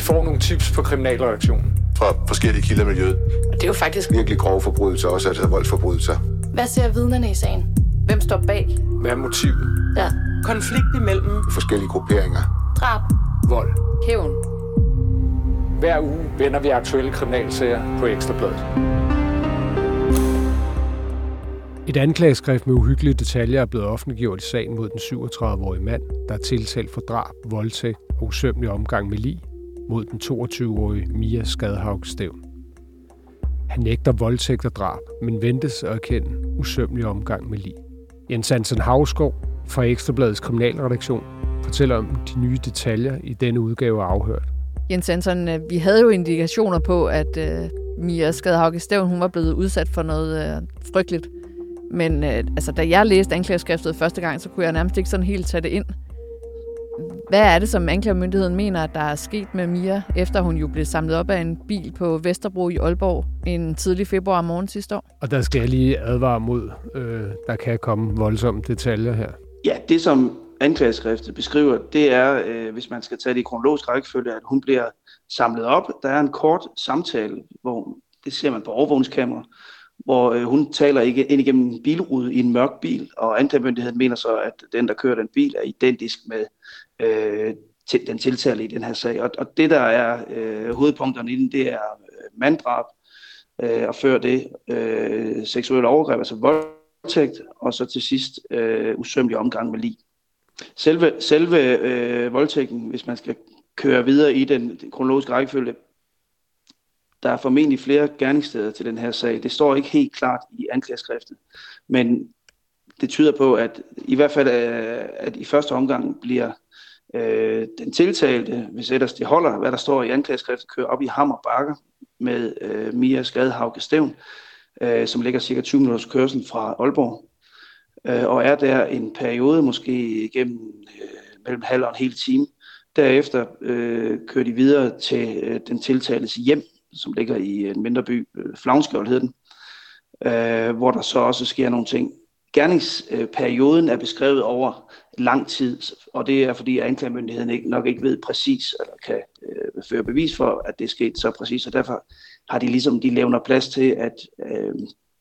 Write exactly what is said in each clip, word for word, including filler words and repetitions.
Vi får nogle tips på kriminalreaktionen fra forskellige kilder i miljøet. Og det er jo faktisk virkelig grove forbrydelser, også altså voldsforbrydelser. Hvad ser vidnerne i sagen? Hvem står bag? Hvad er motivet? Ja. Konflikt imellem forskellige grupperinger. Drab. Vold. Hævn. Hver uge vender vi aktuelle kriminalsager på Ekstra Bladet. Et anklageskrift med uhyggelige detaljer er blevet offentliggjort i sagen mod den syvogtredive-årige mand, der er tiltalt for drab, voldtægt og usømmelig omgang med lig mod den toogtyve-årige Mia Skadhaug Stevn. Han nægter voldtægt og drab, men ventes at erkende usømmelig omgang med lig. Jens Hansen Hausgaard fra Ekstra Bladets kriminalredaktion fortæller om de nye detaljer i denne udgave af Afhørt. Jens Hansen, vi havde jo indikationer på, at uh, Mia Skadhaug Stevn hun var blevet udsat for noget uh, frygteligt. Men uh, altså, da jeg læste anklageskriftet første gang, så kunne jeg nærmest ikke sådan helt tage det ind. Hvad er det, som anklagemyndigheden mener, at der er sket med Mia, efter hun jo blev samlet op af en bil på Vesterbro i Aalborg en tidlig februar morgen sidste år? Og der skal jeg lige advare mod, øh, der kan komme voldsomme detaljer her. Ja, det som anklageskriftet beskriver, det er, øh, hvis man skal tage det i kronologisk rækkefølge, at hun bliver samlet op. Der er en kort samtale, hvor det ser man på overvågningskamera, hvor øh, hun taler ikke ind igennem en bilrude i en mørk bil, og anklagemyndigheden mener så, at den, der kører den bil, er identisk med øh, til, den tiltalte i den her sag. Og, og det, der er øh, hovedpunkterne i den, det er øh, manddrab, øh, og før det øh, seksuelle overgreb, altså voldtægt, og så til sidst øh, usømmelig omgang med lig. Selve, selve øh, voldtægten, hvis man skal køre videre i den, den kronologiske rækkefølge, der er formentlig flere gerningssteder til den her sag. Det står ikke helt klart i anklageskriftet, men det tyder på, at i hvert fald at i første omgang bliver øh, den tiltalte, hvis ellers det holder, hvad der står i anklageskriftet, kører op i Hammer Bakker med øh, Mia Skadhaug Stevn, øh, som ligger cirka tyve minutters kørsel fra Aalborg, øh, og er der en periode, måske gennem øh, mellem halv og en hel time. Derefter øh, kører de videre til øh, den tiltaltes hjem, som ligger i en mindre by, Flavnskjold hed den, øh, hvor der så også sker nogle ting. Gerningsperioden er beskrevet over lang tid, og det er fordi anklagemyndigheden ikke, nok ikke ved præcis, eller kan øh, føre bevis for, at det er sket så præcis, og derfor har de ligesom, de levner plads til, at, øh,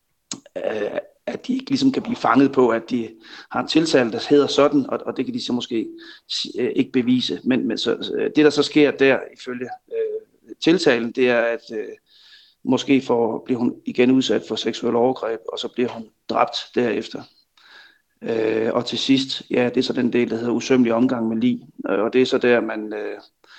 øh, at de ikke ligesom kan blive fanget på, at de har en tiltale, der hedder sådan, og, og det kan de så måske øh, ikke bevise. Men, men så, det, der så sker der, ifølge øh, tiltalen, det er, at øh, måske får, bliver hun igen udsat for seksuel overgreb, og så bliver hun dræbt derefter. Øh, og til sidst, ja, det er så den del, der hedder usømmelig omgang med lig, og det er så der, man, øh,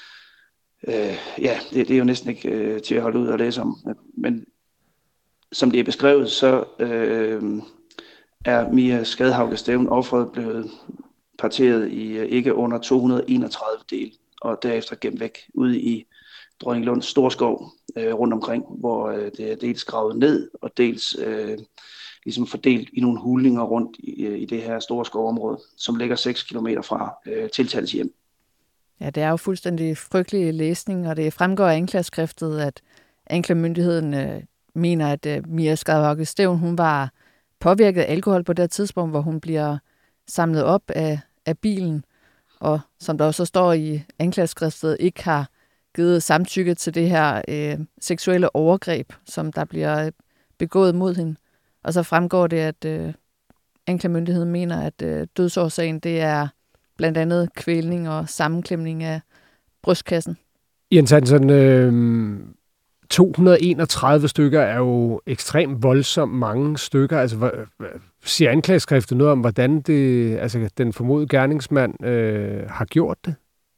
øh, ja, det, det er jo næsten ikke øh, til at holde ud og læse om, men som det er beskrevet, så øh, er Mia Skadhaug Stevn offeret blevet parteret i øh, ikke under to hundrede og enogtredive del, og derefter gemt væk ude i Dronninglunds Storskov øh, rundt omkring, hvor øh, det er dels gravet ned, og dels øh, ligesom fordelt i nogle hulninger rundt i, i det her store skovområde, som ligger seks kilometer fra øh, tiltalets hjem. Ja, det er jo fuldstændig frygtelig læsning, og det fremgår af anklageskriftet, at anklagemyndigheden øh, mener, at øh, Mia Skadhaug Stevn, hun var påvirket af alkohol på det tidspunkt, hvor hun bliver samlet op af, af bilen, og som der også står i anklageskriftet, ikke har givet samtykke til det her øh, seksuelle overgreb, som der bliver begået mod hende. Og så fremgår det, at øh, anklagemyndigheden mener, at øh, dødsårsagen det er blandt andet kvælning og sammenklemning af brystkassen. Jens Hansen, øh, to hundrede og enogtredive stykker er jo ekstremt voldsomt mange stykker. Altså, hvad, siger anklageskriftet noget om, hvordan det, altså, den formodede gerningsmand øh, har gjort det?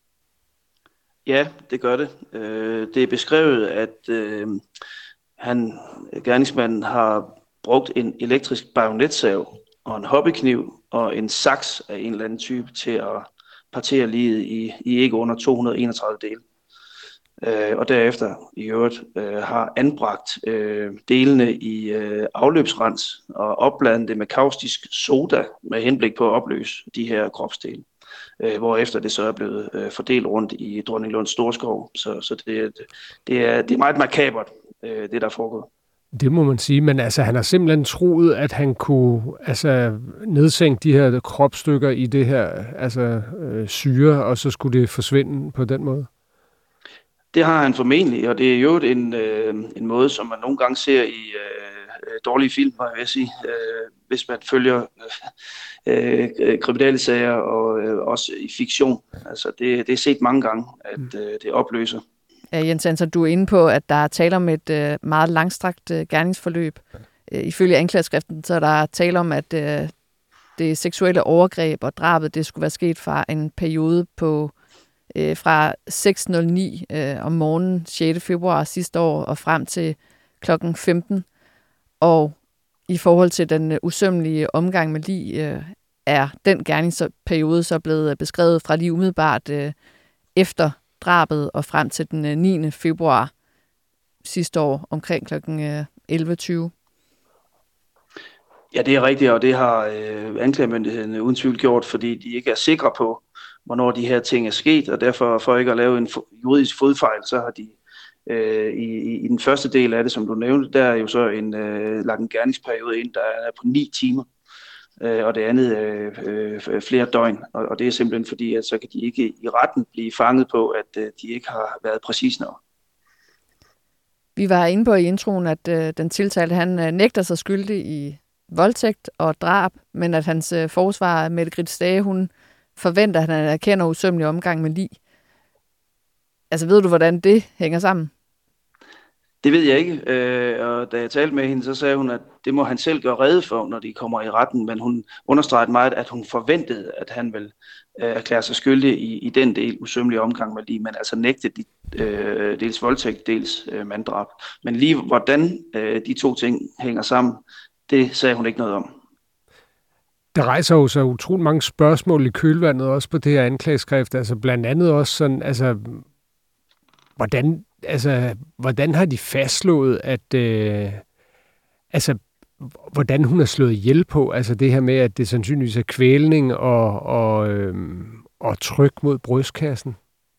Ja, det gør det. Det er beskrevet, at øh, han, gerningsmanden har brugt en elektrisk bajonetsav og en hobbykniv og en saks af en eller anden type til at partere liget i, i ikke under to hundrede og enogtredive dele. Øh, og derefter i øvrigt øh, har anbragt øh, delene i øh, afløbsrens og opblandet det med kaustisk soda med henblik på at opløse de her kropsdele. Øh, hvorefter det så er blevet øh, fordelt rundt i Dronninglunds Storskov. Så, så det, det, er, det er meget makabert, øh, det der foregår. Det må man sige, men altså, han har simpelthen troet, at han kunne altså, nedsænke de her kropsstykker i det her altså, øh, syre, og så skulle det forsvinde på den måde? Det har han formentlig, og det er jo en, øh, en måde, som man nogle gange ser i øh, dårlige film, vil jeg sige, øh, hvis man følger øh, øh, kriminelle sager og øh, også i fiktion. Altså det, det er set mange gange, at øh, det opløser. Ja, Jens Hansen, du er inde på, at der er tale om et øh, meget langstrakt øh, gerningsforløb. Øh, ifølge anklageskriften, så er der tale om, at øh, det seksuelle overgreb og drabet, det skulle være sket fra en periode på øh, fra seks nul ni øh, om morgenen sjette februar sidste år og frem til klokken femten. Og i forhold til den øh, usømmelige omgang med lig, øh, er den gerningsperiode så blevet beskrevet fra lige umiddelbart øh, efter drabet og frem til den øh, niende februar sidste år omkring klokken øh, elleve tyve. Ja, det er rigtigt, og det har øh, anklagemyndigheden uden tvivl gjort, fordi de ikke er sikre på, hvornår de her ting er sket, og derfor for ikke at lave en juridisk fodfejl, så har de øh, i, i den første del af det, som du nævnte, der er jo så en, øh, lagt en gerningsperiode ind, der er på ni timer, øh, og det andet øh, øh, flere døgn, og, og det er simpelthen fordi, at så kan de ikke i retten blive fanget på, at øh, de ikke har været præcis nok. Vi var inde på i introen, at øh, den tiltalte, han øh, nægter sig skyldig i voldtægt og drab, men at hans øh, forsvarer, Mette Grits Stage, hun forventer, at han erkender usømmelig omgang med lig. Altså, ved du, hvordan det hænger sammen? Det ved jeg ikke, øh, og da jeg talte med hende, så sagde hun, at det må han selv gøre rede for, når de kommer i retten, men hun understregede meget, at hun forventede, at han vil øh, erklære sig skyldig i, i den del usømmelig omgang med lig, men altså nægte de, øh, dels voldtægt, dels øh, manddrab. Men lige hvordan øh, de to ting hænger sammen, det sagde hun ikke noget om. Der rejser jo så utroligt mange spørgsmål i kølvandet også på det her anklageskrift, altså blandt andet også sådan, altså hvordan, altså, hvordan har de fastslået, at øh, altså, hvordan hun er slået ihjel på, altså det her med, at det sandsynligvis er kvælning og, og, øh, og tryk mod brystkassen?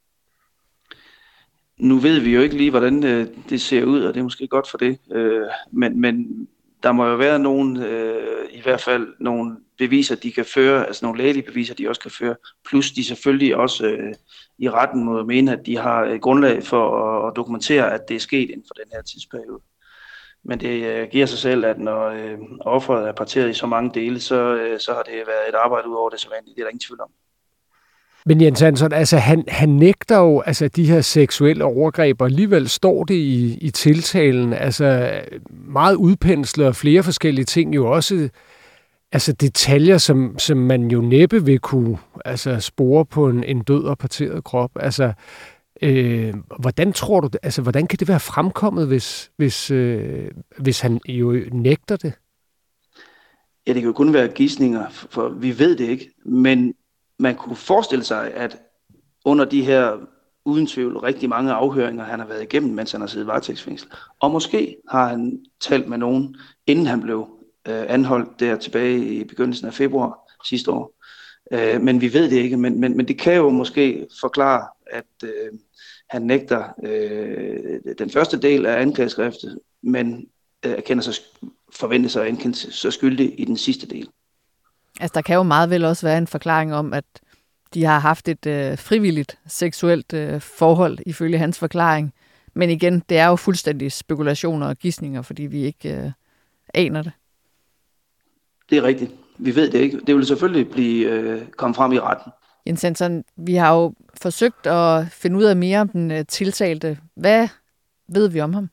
Nu ved vi jo ikke lige, hvordan øh, det ser ud, og det er måske godt for det, øh, men, men der må jo være nogle, øh, i hvert fald nogle beviser, de kan føre, altså nogle lægelige beviser, de også kan føre, plus de selvfølgelig også øh, i retten må mene, at de har øh, grundlag for at, at dokumentere, at det er sket inden for den her tidsperiode. Men det øh, giver sig selv, at når øh, offeret er parteret i så mange dele, så, øh, så har det været et arbejde ud over det sædvanlige. Det er der ingen tvivl om. Men Jens Hansen, altså han, han nægter jo altså de her seksuelle overgreb, og alligevel står det i, i tiltalen, altså meget udpenslet og flere forskellige ting, jo også altså detaljer, som, som man jo næppe vil kunne altså, spore på en, en død og parteret krop. Altså, øh, hvordan tror du, altså hvordan kan det være fremkommet, hvis, hvis, øh, hvis han jo nægter det? Ja, det kan jo kun være gidsninger, for vi ved det ikke, men man kunne forestille sig, at under de her uden tvivl rigtig mange afhøringer, han har været igennem, mens han har siddet i varetægtsfængsel. Og måske har han talt med nogen, inden han blev øh, anholdt der tilbage i begyndelsen af februar sidste år. Øh, men vi ved det ikke, men, men, men det kan jo måske forklare, at øh, han nægter øh, den første del af anklageskriftet, men øh, erkender sig, forventer sig at ankende sig skyldig i den sidste del. Altså, der kan jo meget vel også være en forklaring om, at de har haft et øh, frivilligt seksuelt øh, forhold, ifølge hans forklaring. Men igen, det er jo fuldstændig spekulationer og gidsninger, fordi vi ikke øh, aner det. Det er rigtigt. Vi ved det ikke. Det vil selvfølgelig blive øh, komme frem i retten. Jens Hansen, vi har jo forsøgt at finde ud af mere om den øh, tiltalte. Hvad ved vi om ham?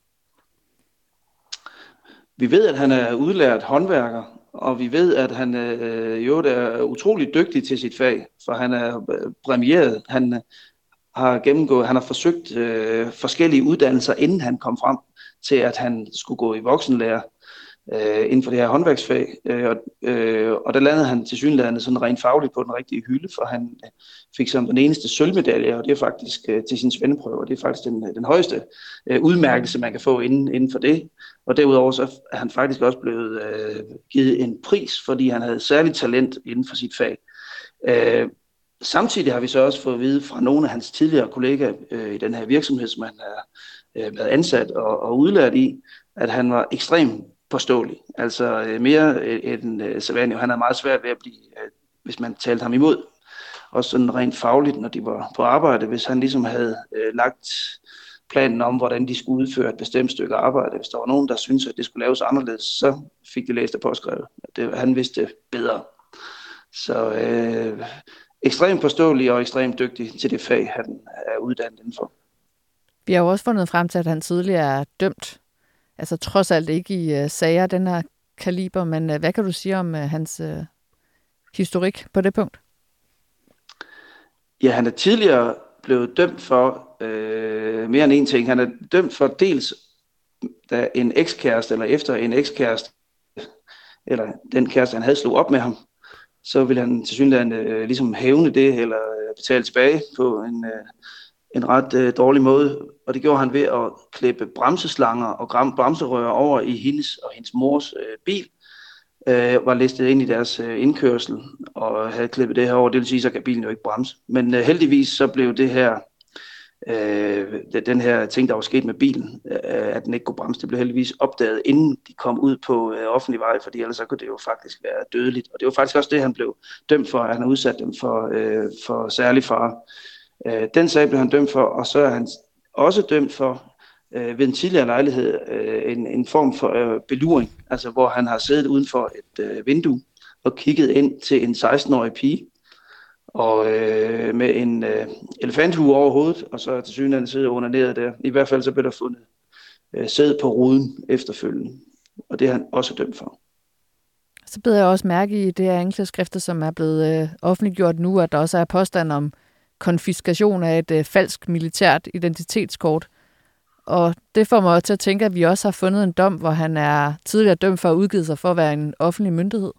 Vi ved, at han er udlært håndværker, og vi ved, at han øh, jo er utrolig dygtig til sit fag, for han er præmieret. Han øh, har gennemgået, han har forsøgt øh, forskellige uddannelser, inden han kom frem til, at han skulle gå i voksenlære øh, inden for det her håndværksfag. Øh, og, øh, og der landede han tilsyneladende sådan rent fagligt på den rigtige hylde, for han øh, fik som den eneste sølvmedalje, og det er faktisk øh, til sin svendeprøve, og det er faktisk den, den højeste øh, udmærkelse, man kan få inden, inden for det. Og derudover så er han faktisk også blevet øh, givet en pris, fordi han havde særligt talent inden for sit fag. Øh, samtidig har vi så også fået at vide fra nogle af hans tidligere kollegaer øh, i den her virksomhed, som han har øh, været ansat og, og udlært i, at han var ekstremt påståelig. Altså øh, mere end øh, sædvanligt. Han er meget svært ved at blive, øh, hvis man talte ham imod. Også sådan rent fagligt, når de var på arbejde, hvis han ligesom havde øh, lagt planen om, hvordan de skulle udføre et bestemt stykke arbejde. Hvis der var nogen, der syntes, at det skulle laves anderledes, så fik de læst og påskrevet. Det, han vidste bedre. Så øh, ekstremt påståelig og ekstremt dygtig til det fag, han er uddannet indenfor. Vi har jo også fundet frem til, at han tidligere er dømt. Altså trods alt ikke i uh, sager den her kaliber, men uh, hvad kan du sige om uh, hans uh, historik på det punkt? Ja, han er tidligere blevet dømt for øh, mere end en ting. Han er dømt for dels, da en ekskæreste, eller efter en ekskæreste, eller den kæreste, han havde slået op med ham, så ville han tilsyneladende øh, ligesom hævne det, eller øh, betale tilbage på en, øh, en ret øh, dårlig måde. Og det gjorde han ved at klippe bremseslanger og bremserører over i hendes og hendes mors øh, bil, øh, var listet ind i deres øh, indkørsel, og havde klippet det her over. Det vil sige, så kan bilen jo ikke bremse. Men øh, heldigvis så blev det her, øh, den her ting, der var sket med bilen, øh, at den ikke kunne bremse, det blev heldigvis opdaget, inden de kom ud på øh, offentlig vej, fordi ellers så kunne det jo faktisk være dødeligt. Og det var faktisk også det, han blev dømt for, at han har udsat dem for, øh, for særlig fare. Øh, den sag blev han dømt for, og så er han også dømt for, øh, ved en tidligere lejlighed, øh, en, en form for øh, beluring, altså hvor han har siddet uden for et øh, vindue og kigget ind til en seksten-årig pige, og øh, med en øh, elefanthue over hovedet, og så til synligheden sidder under nede der. I hvert fald så blev der fundet øh, sæd på ruden efterfølgende, og det er han også dømt for. Så beder jeg også mærke i det her anklageskrifter, som er blevet øh, offentliggjort nu, at der også er påstand om konfiskation af et øh, falsk militært identitetskort. Og det får mig til at tænke, at vi også har fundet en dom, hvor han er tidligere dømt for at udgive sig for at være en offentlig myndighed.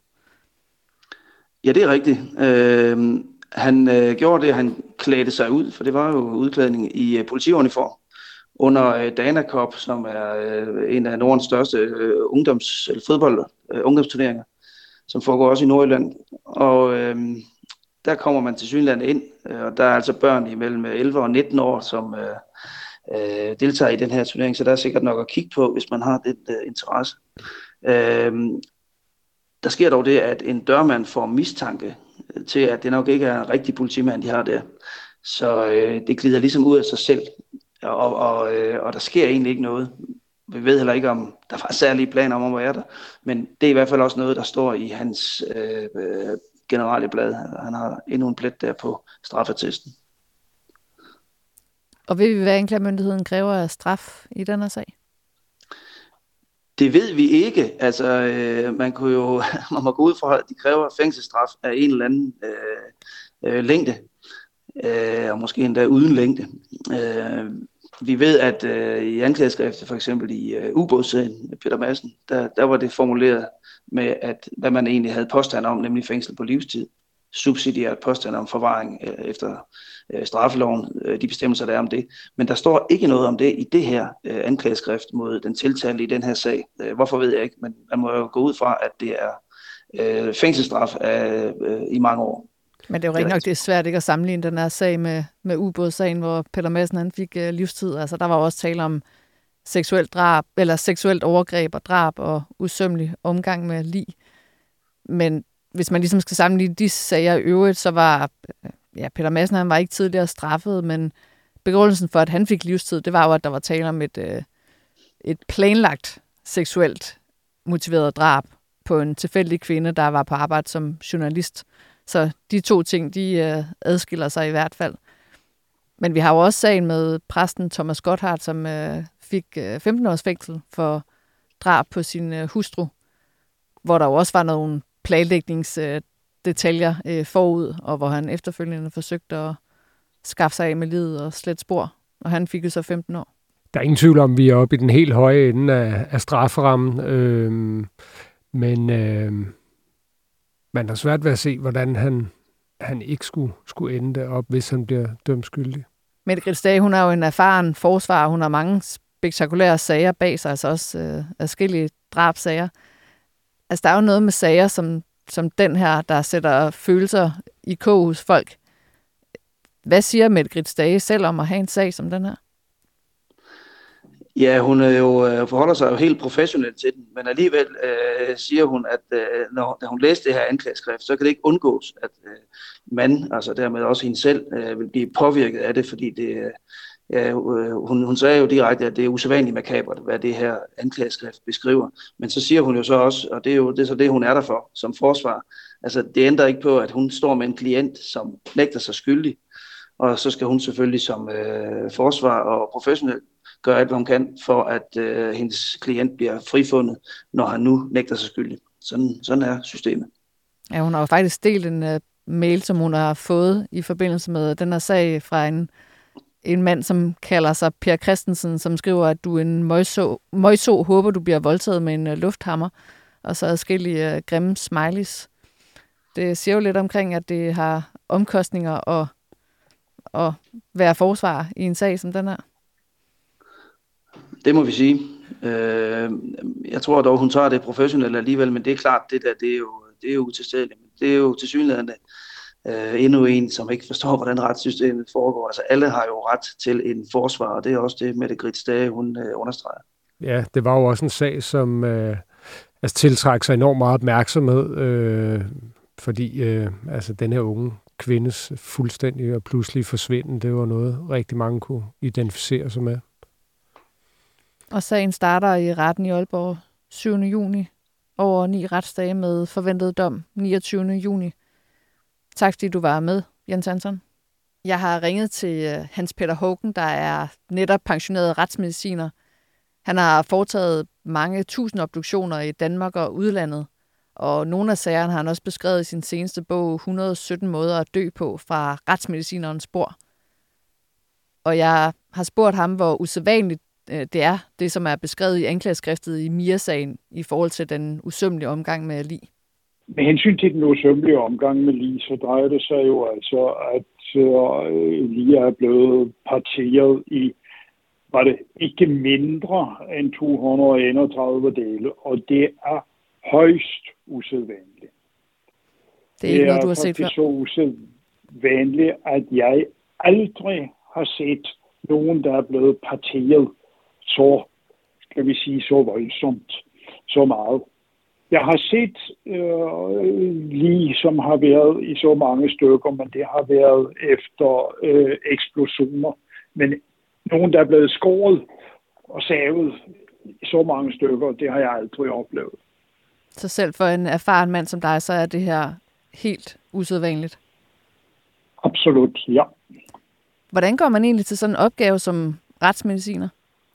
Ja, det er rigtigt. Øh, han øh, gjorde det, han klædte sig ud, for det var jo udklædning i øh, politiuniform under øh, Dana Cup, som er øh, en af Nordens største øh, ungdoms- eller fodbold øh, ungdomsturneringer, som foregår også i Nordjylland. Og øh, der kommer man til synlandet ind, øh, og der er altså børn imellem elleve og nitten år, som øh, øh, deltager i den her turnering, så der er sikkert nok at kigge på, hvis man har den øh, interesse. Øh, Der sker dog det, at en dørmand får mistanke til, at det nok ikke er en rigtig politimand, de har der. Så øh, det glider ligesom ud af sig selv, og, og, øh, og der sker egentlig ikke noget. Vi ved heller ikke, om der var særlige planer om at være der, men det er i hvert fald også noget, der står i hans øh, øh, generelle blad. Han har endnu en plet der på straffetesten. Og ved vi, hvad anklagemyndigheden kræver af straf i denne sag? Det ved vi ikke. Altså, øh, man kunne jo, man må gå ud fra, at de kræver fængselsstraf af en eller anden øh, øh, længde, øh, og måske endda uden længde. Øh, vi ved, at øh, i anklageskriftet, for eksempel i øh, ubådssagen med Peter Madsen, der, der var det formuleret med, at hvad man egentlig havde påstand om, nemlig fængsel på livstid, subsidiært påstand om forvaring øh, efter øh, straffeloven, øh, de bestemmelser, der er om det. Men der står ikke noget om det i det her øh, anklageskrift mod den tiltalte i den her sag. Øh, hvorfor ved jeg ikke, men man må jo gå ud fra, at det er øh, fængselsstraf af, øh, i mange år. Men det er jo rigtig nok, det er svært ikke at sammenligne den her sag med, med ubådssagen, hvor Peter Madsen han fik øh, livstid. Altså der var også tale om seksuelt drab, eller seksuelt overgreb og drab og usømmelig omgang med lig. Men hvis man ligesom skal sammenligne de sager i øvrigt, så var ja, Peter Madsen, han var ikke tidligere straffet, men begrundelsen for, at han fik livstid, det var jo, at der var tale om et, øh, et planlagt seksuelt motiveret drab på en tilfældig kvinde, der var på arbejde som journalist. Så de to ting, de øh, adskiller sig i hvert fald. Men vi har jo også sagen med præsten Thomas Gotthardt, som øh, fik øh, femten års fængsel for drab på sin øh, hustru, hvor der jo også var nogle planlægningsdetaljer øh, forud, og hvor han efterfølgende forsøgte at skaffe sig af med livet og slet spor. Og han fik jo så femten år. Der er ingen tvivl om, at vi er oppe i den helt høje ende af, af strafferammen. Øhm, men øh, man har svært ved at se, hvordan han, han ikke skulle, skulle ende derop, hvis han bliver dømt skyldig. Mette Grits Dage, hun er jo en erfaren forsvarer. Hun har mange spektakulære sager bag sig, altså også øh, adskillige drabsager. Altså, der er jo noget med sager, som, som den her, der sætter følelser i kog hos folk. Hvad siger Mette Grits Dage selv om at have en sag som den her? Ja, hun er jo, øh, forholder sig jo helt professionelt til den, men alligevel øh, siger hun, at øh, når, når hun læste det her anklageskrift, så kan det ikke undgås, at øh, manden, altså dermed også hende selv, øh, vil blive påvirket af det, fordi det, øh, ja, øh, hun, hun sagde jo direkte, at det er usædvanligt makabert, hvad det her anklageskrift beskriver. Men så siger hun jo så også, og det er jo det er så det, hun er der for som forsvar. Altså det ændrer ikke på, at hun står med en klient, som nægter sig skyldig, og så skal hun selvfølgelig som øh, forsvar og professionel gøre alt, hvad hun kan, for at øh, hendes klient bliver frifundet, når han nu nægter sig skyldig. Sådan, sådan er systemet. Ja, hun har jo faktisk delt en uh, mail, som hun har fået i forbindelse med den her sag fra en, en mand, som kalder sig Per Christensen, som skriver, at du er en møjso, møjso håber, du bliver voldtaget med en uh, lufthammer, og så adskillige uh, grimme smileys. Det siger jo lidt omkring, at det har omkostninger at, at være forsvar i en sag som den her. Det må vi sige. Øh, jeg tror dog, hun tager det professionelt alligevel, men det er klart, det der, det er jo, det er jo utilstedeligt. Det er jo tilsyneladende øh, endnu en, som ikke forstår, hvordan retssystemet foregår. Altså alle har jo ret til en forsvar, og det er også det, Mette Grits Stage, hun øh, understreger. Ja, det var jo også en sag, som øh, altså, tiltrækker sig enormt meget opmærksomhed, øh, fordi øh, altså, den her unge kvindes fuldstændig og pludselig forsvinden, det var noget, rigtig mange kunne identificere sig med. Og sagen starter i retten i Aalborg syvende juni, over ni retsdage med forventet dom niogtyvende juni. Tak fordi du var med, Jens Hansson. Jeg har ringet til Hans Peter Haugen, der er netop pensioneret retsmediciner. Han har foretaget mange tusind obduktioner i Danmark og udlandet, og nogle af sagerne har han også beskrevet i sin seneste bog et hundrede og sytten måder at dø på fra retsmedicinerens spor. Og jeg har spurgt ham, hvor usædvanligt det er, det som er beskrevet i anklageskriftet i Mia-sagen i forhold til den usømmelige omgang med lig. Med hensyn til den usømmelige omgang med lig, så drejer det sig jo altså, at øh, lig er blevet parteret i, var det ikke mindre end to hundrede og enogtredive dele, og det er højst usædvanligt. Det er ikke noget, du har set før. Det er så usædvanligt, at jeg aldrig har set nogen, der er blevet parteret så, skal vi sige, så voldsomt, så meget. Jeg har set øh, lige som har været i så mange stykker, men det har været efter øh, eksplosioner. Men nogen, der er blevet skåret og savet i så mange stykker, det har jeg aldrig oplevet. Så selv for en erfaren mand som dig, så er det her helt usædvanligt? Absolut, ja. Hvordan går man egentlig til sådan en opgave som retsmediciner?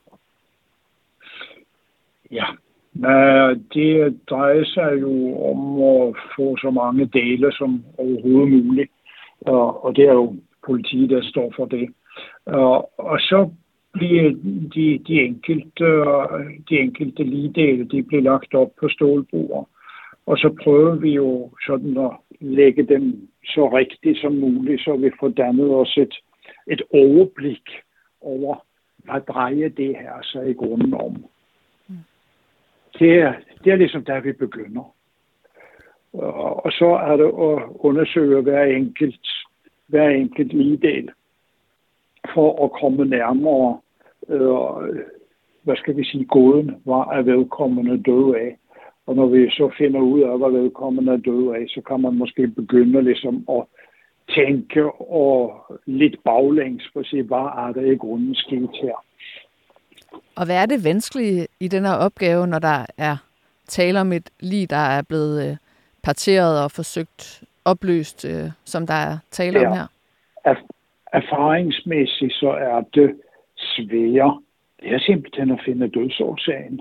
Ja, det drejer sig jo om at få så mange dele som overhovedet muligt, og det er jo politiet, der står for det. Og så bliver de, de, enkelte, de enkelte ligedele, de bliver lagt op på stålbord, og så prøver vi jo sådan at lægge dem så rigtigt som muligt, så vi får dannet os et, et overblik over, hvad drejer det her sig i grunden om. Det er, det er ligesom der, vi begynder. Og, og så er det at undersøge hver enkelt, hver enkelt ligedel for at komme nærmere, øh, hvad skal vi sige, gåden, hvad er vedkommende død af. Og når vi så finder ud af, hvad vedkommende er død af, så kan man måske begynde ligesom at tænke og lidt baglæns for at se, hvad er der i grunden sket her. Og hvad er det vanskelige i den her opgave, når der er tale om et lig, der er blevet øh, parteret og forsøgt opløst, øh, som der er tale om her? Erf- erfaringsmæssigt så er det svære. Det er simpelthen at finde dødsårsagen.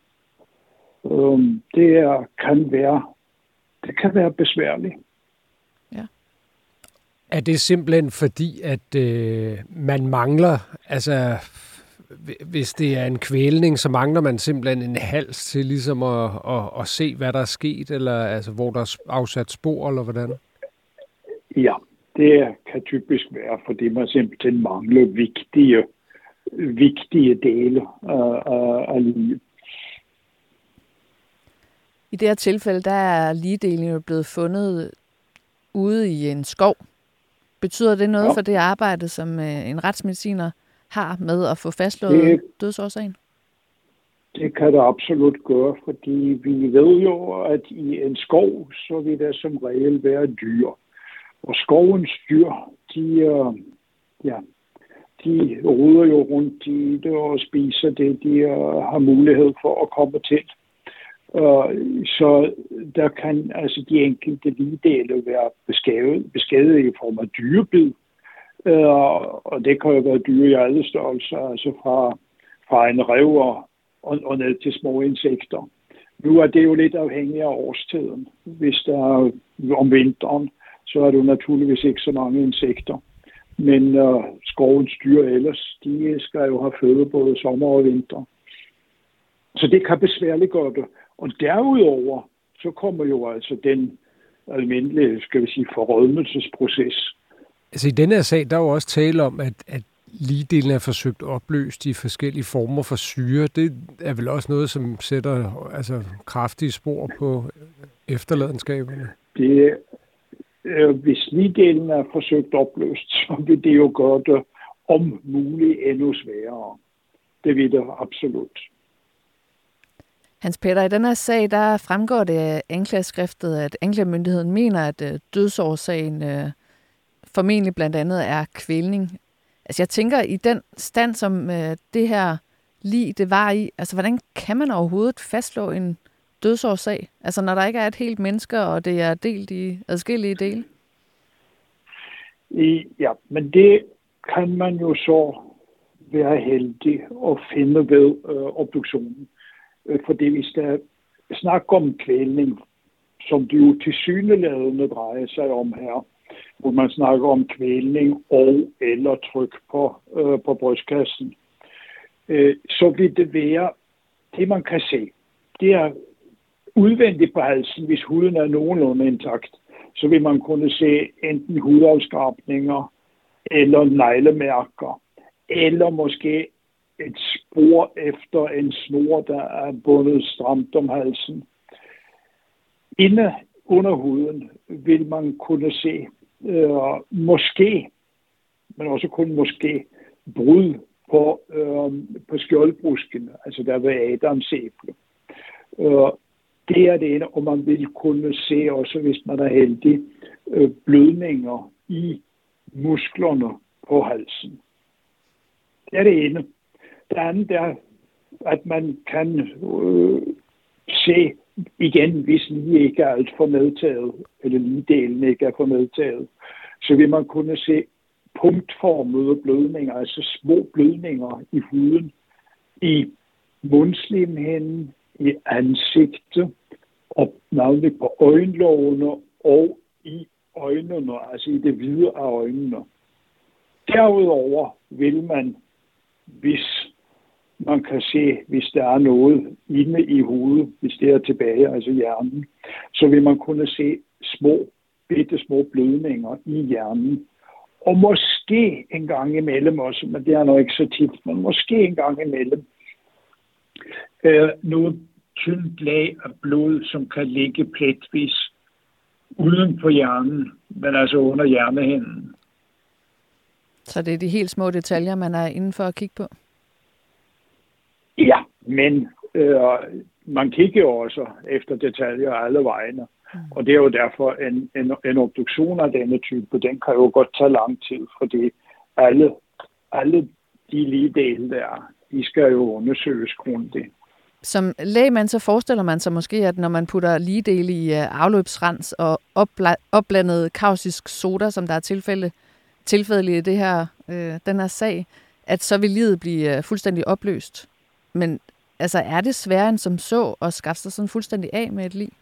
Um, det er, kan være, det kan være besværligt. Ja. Er det simpelthen fordi, at øh, man mangler, altså hvis det er en kvælning, så mangler man simpelthen en hals til ligesom at, at, at se, hvad der er sket, eller altså, hvor der er afsat spor, eller hvordan? Ja, det kan typisk være, fordi man simpelthen mangler vigtige, vigtige dele af, af livet. I det her tilfælde, der er ligedelen jo blevet fundet ude i en skov. Betyder det noget ja. for det arbejde, som en retsmediciner har med at få fastslået det, dødsårsagen? Det kan det absolut gøre, fordi vi ved jo, at i en skov, så vil der som regel være dyr. Og skovens dyr, de, ja, de ruder jo rundt i det og spiser det, de har mulighed for at komme til. Så der kan altså de enkelte ligdele være beskadiget, beskadiget i form af dyrebid. Og det kan jo være dyr i alle størrelser, altså fra, fra en rev og, og ned til små insekter. Nu er det jo lidt afhængigt af årstiden. Hvis der er om vinteren, så er det jo naturligvis ikke så mange insekter. Men uh, skovens dyr ellers, de skal jo have føde både sommer og vinter. Så det kan besværliggøre det. Og derudover, så kommer jo altså den almindelige, skal vi sige, forrådnelsesproces. Altså i denne her sag, der er jo også tale om, at, at ligdelen er forsøgt opløst i forskellige former for syre. Det er vel også noget, som sætter altså, kraftige spor på efterladenskaberne? Det, øh, hvis ligdelen er forsøgt opløst, så vil det jo gøre det om muligt endnu sværere. Det vil det absolut. Hans Peter, i den her sag, der fremgår det af anklageskriftet, at anklagemyndigheden mener, at dødsårsagen øh, formentlig blandt andet er kvælning. Altså jeg tænker, i den stand, som øh, det her lig, det var i, altså hvordan kan man overhovedet fastslå en dødsårsag? Altså når der ikke er et helt menneske, og det er delt i adskillige dele? I, ja, men det kan man jo så være heldig at finde ved øh, obduktionen. Fordi hvis der snakker om kvælning, som det jo tilsyneladende drejer sig om her, hvor man snakker om kvælning og eller tryk på, øh, på brystkassen, øh, så vil det være, det man kan se, det er udvendigt på halsen, hvis huden er nogenlunde intakt, så vil man kunne se enten hudafskrabninger eller neglemærker, eller måske et spor efter en snor, der er bundet stramt om halsen. Inde under huden vil man kunne se øh, måske, men også kun måske, brud på, øh, på skjoldbrusken, altså der ved Adams æble. Øh, det er det ene, og man vil kunne se også, hvis man er heldig, øh, blødninger i musklerne på halsen. Det er det ene. Det andet er, at man kan øh, se igen, hvis lige ikke er alt for medtaget, eller ligedelen ikke er for medtaget, så vil man kunne se punktformede blødninger, altså små blødninger i huden, i mundslimhinden, i ansigtet, og navnlig på øjenlågene og i øjnene, altså i det hvide af øjnene. Derudover vil man, hvis man kan se, hvis der er noget inde i hovedet, hvis det er tilbage, altså hjernen, så vil man kunne se små, bitte små blødninger i hjernen. Og måske en gang imellem også, men det er nok ikke så tit, men måske en gang imellem, øh, noget tyndt lag af blod, som kan ligge pletvis uden på hjernen, men altså under hjernehinden. Så det er de helt små detaljer, man er inde for at kigge på? Ja, men øh, man kigger også efter detaljer alle vegne. Mm. Og det er jo derfor, en, en, en obduktion af denne type, den kan jo godt tage lang tid, fordi alle, alle de ligedele der, de skal jo undersøges grundigt. Som lægmand så forestiller man sig måske, at når man putter ligedele i afløbsrens og opbla- opblandet kausisk soda, som der er tilfælde, tilfælde i det her, øh, den her sag, at så vil liget blive fuldstændig opløst. Men altså, er det sværere end som så at skaffe sig sådan fuldstændig af med et lig?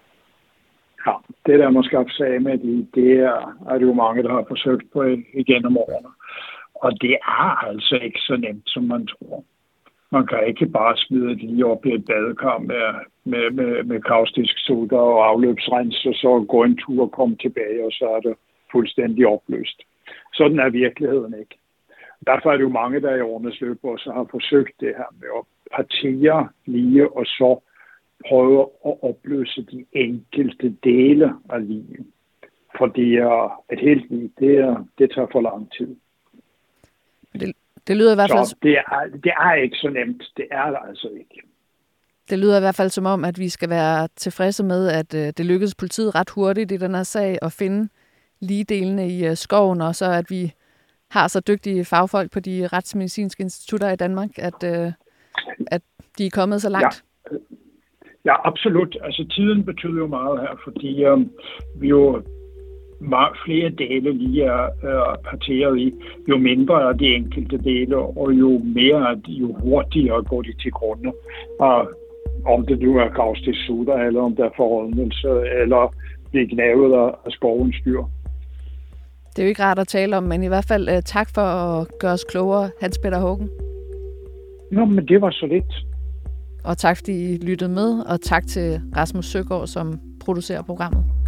Ja, det der med at skaffe sig af med et lig, det er, er det jo mange, der har forsøgt på igennem årene. Og det er altså ikke så nemt, som man tror. Man kan ikke bare smide et lig op i et badekar med, med, med, med kaustisk soda og afløbsrens, og så gå en tur og komme tilbage, og så er det fuldstændig opløst. Sådan er virkeligheden ikke. Derfor er det jo mange, der i årenes løb også har forsøgt det her med at partere lige og så prøve at opløse de enkelte dele af livet. Fordi et helt liv, det, det tager for lang tid. Det, det lyder i hvert fald... Så det er, det er ikke så nemt. Det er det altså ikke. Det lyder i hvert fald som om, at vi skal være tilfredse med, at øh, det lykkedes politiet ret hurtigt i den her sag at finde ligedelene i øh, skoven, og så at vi har så dygtige fagfolk på de retsmedicinske institutter i Danmark, at, øh, at de er kommet så langt. Ja. Ja, absolut. Altså tiden betyder jo meget her, fordi øh, vi jo meget flere dele lige er, er parteret i. Jo mindre er de enkelte dele, og jo mere er de, jo hurtigere går de til grunde. Og om det nu er gravstidssutter, eller om det er forrådnelse, eller bliver gnavet af skovens dyr. Det er jo ikke rart at tale om, men i hvert fald uh, tak for at gøre os klogere, Hans Peter Haagen. Nå, men det var så lidt. Og tak fordi I lyttede med, og tak til Rasmus Søgaard, som producerer programmet.